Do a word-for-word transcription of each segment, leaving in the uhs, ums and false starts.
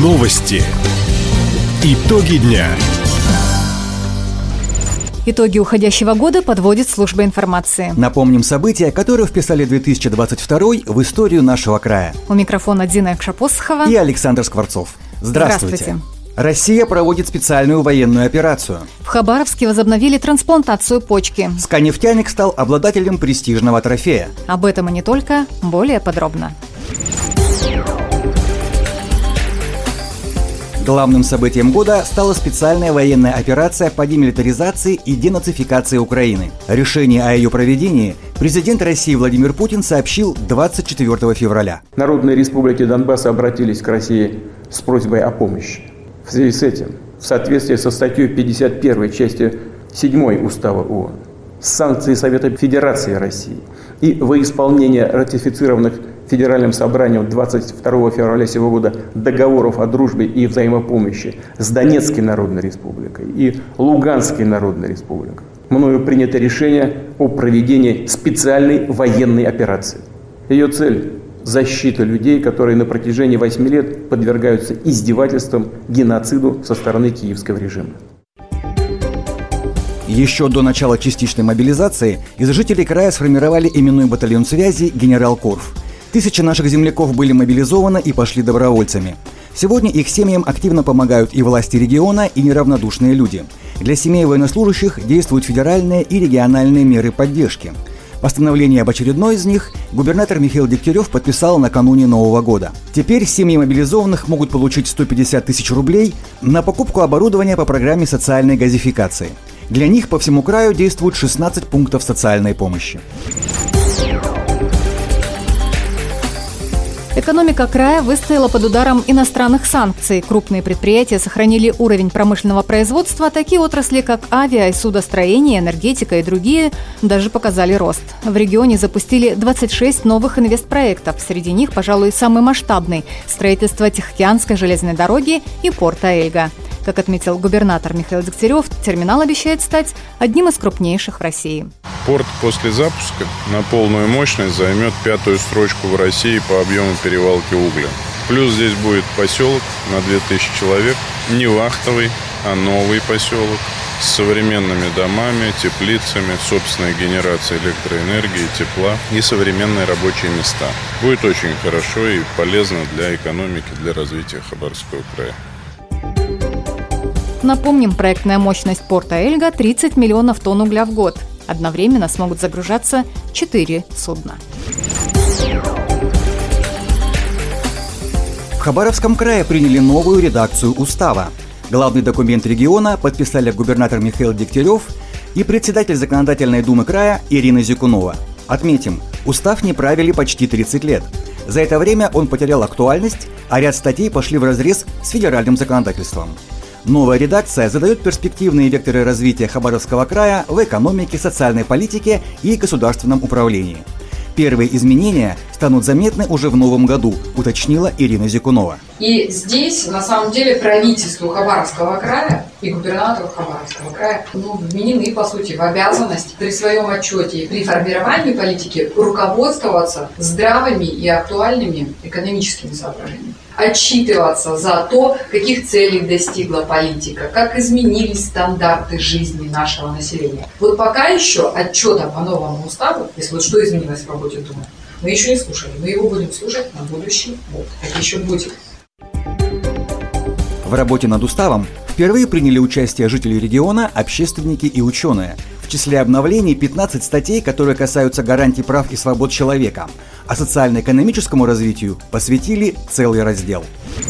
Новости. Итоги дня. Итоги уходящего года подводит служба информации. Напомним события, которые вписали две тысячи двадцать второй в историю нашего края. У микрофона Дина Экшапосхова и Александр Скворцов. Здравствуйте. Здравствуйте. Россия проводит специальную военную операцию. В Хабаровске возобновили трансплантацию почки. Ска-нефтяник стал обладателем престижного трофея. Об этом и не только, более подробно. Главным событием года стала специальная военная операция по демилитаризации и денацификации Украины. Решение о ее проведении президент России Владимир Путин сообщил двадцать четвёртого февраля. Народные республики Донбасса обратились к России с просьбой о помощи. В связи с этим, в соответствии со статьей пятьдесят первой части седьмой Устава ООН, санкции Совета Федерации России и во исполнение ратифицированных Федеральным собранием двадцать второго февраля сего года договоров о дружбе и взаимопомощи с Донецкой Народной Республикой и Луганской Народной Республикой мною принято решение о проведении специальной военной операции. Ее цель – защита людей, которые на протяжении восьми лет подвергаются издевательствам, геноциду со стороны киевского режима. Еще до начала частичной мобилизации из жителей края сформировали именной батальон связи «Генерал Корф». Тысячи наших земляков были мобилизованы и пошли добровольцами. Сегодня их семьям активно помогают и власти региона, и неравнодушные люди. Для семей военнослужащих действуют федеральные и региональные меры поддержки. Постановление об очередной из них губернатор Михаил Дегтярев подписал накануне Нового года. Теперь семьи мобилизованных могут получить сто пятьдесят тысяч рублей на покупку оборудования по программе социальной газификации. Для них по всему краю действуют шестнадцать пунктов социальной помощи. Экономика края выстояла под ударом иностранных санкций. Крупные предприятия сохранили уровень промышленного производства, такие отрасли, как авиа- и судостроение, энергетика и другие, даже показали рост. В регионе запустили двадцать шесть новых инвестпроектов. Среди них, пожалуй, самый масштабный – строительство Тихоокеанской железной дороги и порта Эльга. Как отметил губернатор Михаил Дегтярев, терминал обещает стать одним из крупнейших в России. Порт после запуска на полную мощность займет пятую строчку в России по объему перевалки угля. Плюс здесь будет поселок на две тысячи человек, не вахтовый, а новый поселок с современными домами, теплицами, собственной генерацией электроэнергии, тепла и современные рабочие места. Будет очень хорошо и полезно для экономики, для развития Хабаровского края. Напомним, проектная мощность порта Эльга – тридцать миллионов тонн угля в год. Одновременно смогут загружаться четыре судна. В Хабаровском крае приняли новую редакцию устава. Главный документ региона подписали губернатор Михаил Дегтярев и председатель Законодательной думы края Ирина Зикунова. Отметим, устав не правили почти тридцать лет. За это время он потерял актуальность, а ряд статей пошли вразрез с федеральным законодательством. Новая редакция задает перспективные векторы развития Хабаровского края в экономике, социальной политике и государственном управлении. Первые изменения станут заметны уже в новом году, уточнила Ирина Зикунова. И здесь, на самом деле, правительству Хабаровского края и губернатору Хабаровского края ну, вменены, по сути, в обязанность при своем отчете и при формировании политики руководствоваться здравыми и актуальными экономическими соображениями. Отчитываться за то, каких целей достигла политика, как изменились стандарты жизни нашего населения. Вот пока еще отчета по новому уставу, если вот что изменилось в работе Думы, мы еще не слушали. Мы его будем слушать на будущий год. Это еще будет. В работе над уставом впервые приняли участие жители региона, общественники и ученые. В числе обновлений пятнадцать статей, которые касаются гарантий прав и свобод человека, а социально-экономическому развитию посвятили целый раздел.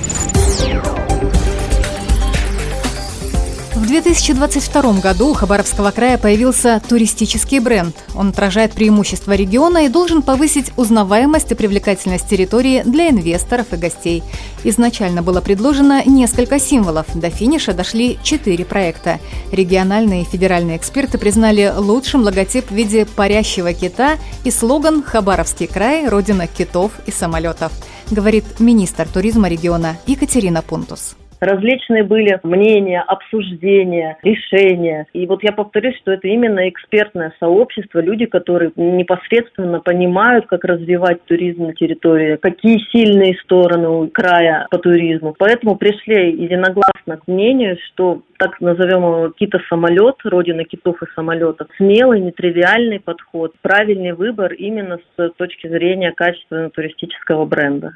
В две тысячи двадцать втором году у Хабаровского края появился туристический бренд. Он отражает преимущества региона и должен повысить узнаваемость и привлекательность территории для инвесторов и гостей. Изначально было предложено несколько символов. До финиша дошли четыре проекта. Региональные и федеральные эксперты признали лучшим логотип в виде парящего кита и слоган «Хабаровский край – родина китов и самолетов», говорит министр туризма региона Екатерина Пунтус. Различные были мнения, обсуждения, решения. И вот я повторюсь, что это именно экспертное сообщество, люди, которые непосредственно понимают, как развивать туризм на территории, какие сильные стороны у края по туризму. Поэтому пришли единогласно к мнению, что так назовем его китосамолет, родина китов и самолетов, смелый, нетривиальный подход, правильный выбор именно с точки зрения качественного туристического бренда.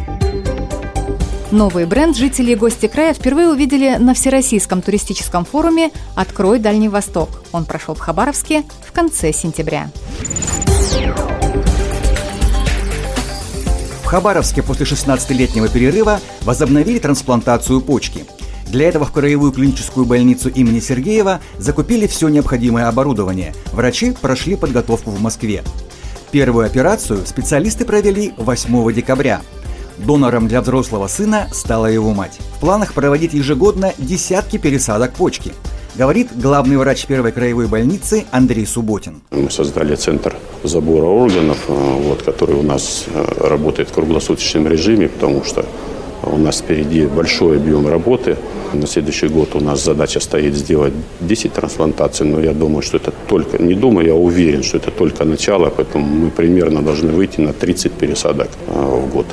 Новый бренд жители и гости края впервые увидели на Всероссийском туристическом форуме «Открой Дальний Восток». Он прошел в Хабаровске в конце сентября. В Хабаровске после шестнадцатилетнего перерыва возобновили трансплантацию почки. Для этого в Краевую клиническую больницу имени Сергеева закупили все необходимое оборудование. Врачи прошли подготовку в Москве. Первую операцию специалисты провели восьмого декабря. Донором для взрослого сына стала его мать. В планах проводить ежегодно десятки пересадок почки, говорит главный врач первой краевой больницы Андрей Субботин. Мы создали центр забора органов, вот, который у нас работает в круглосуточном режиме, потому что у нас впереди большой объем работы. На следующий год у нас задача стоит сделать десять трансплантаций, но я думаю, что это только, не думаю, я уверен, что это только начало, поэтому мы примерно должны выйти на тридцать пересадок в год.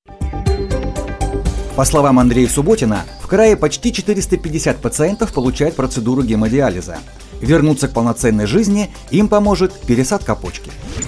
По словам Андрея Субботина, в крае почти четыреста пятьдесят пациентов получают процедуру гемодиализа. Вернуться к полноценной жизни им поможет пересадка почки.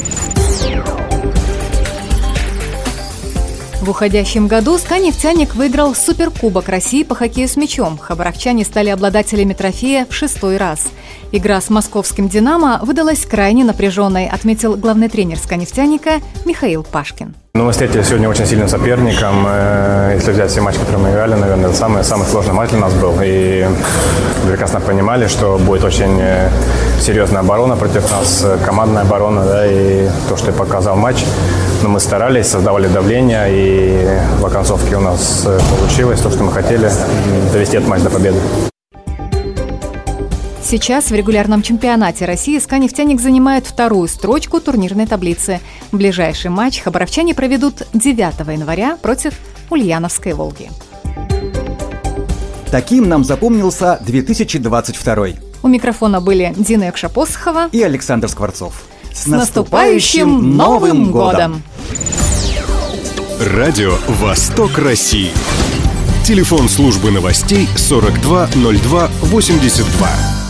В уходящем году СКА «Нефтяник» выиграл Суперкубок России по хоккею с мячом. Хабаровчане стали обладателями трофея в шестой раз. Игра с московским «Динамо» выдалась крайне напряженной, отметил главный тренер СКА «Нефтяника» Михаил Пашкин. Ну, мы встретили сегодня очень сильным соперником. Если взять все матчи, которые мы играли, наверное, это самый, самый сложный матч для нас был. И прекрасно понимали, что будет очень серьезная оборона против нас, командная оборона, да, и то, что и показал матч. Но мы старались, создавали давление, и в оконцовке у нас получилось то, что мы хотели, довести этот матч до победы. Сейчас в регулярном чемпионате России СКА «Нефтяник» занимает вторую строчку турнирной таблицы. Ближайший матч хабаровчане проведут девятого января против Ульяновской «Волги». Таким нам запомнился две тысячи двадцать второй. У микрофона были Дина Якша-Посохова и Александр Скворцов. С наступающим Новым годом! Радио «Восток России». Телефон службы новостей сорок два ноль два восемьдесят два.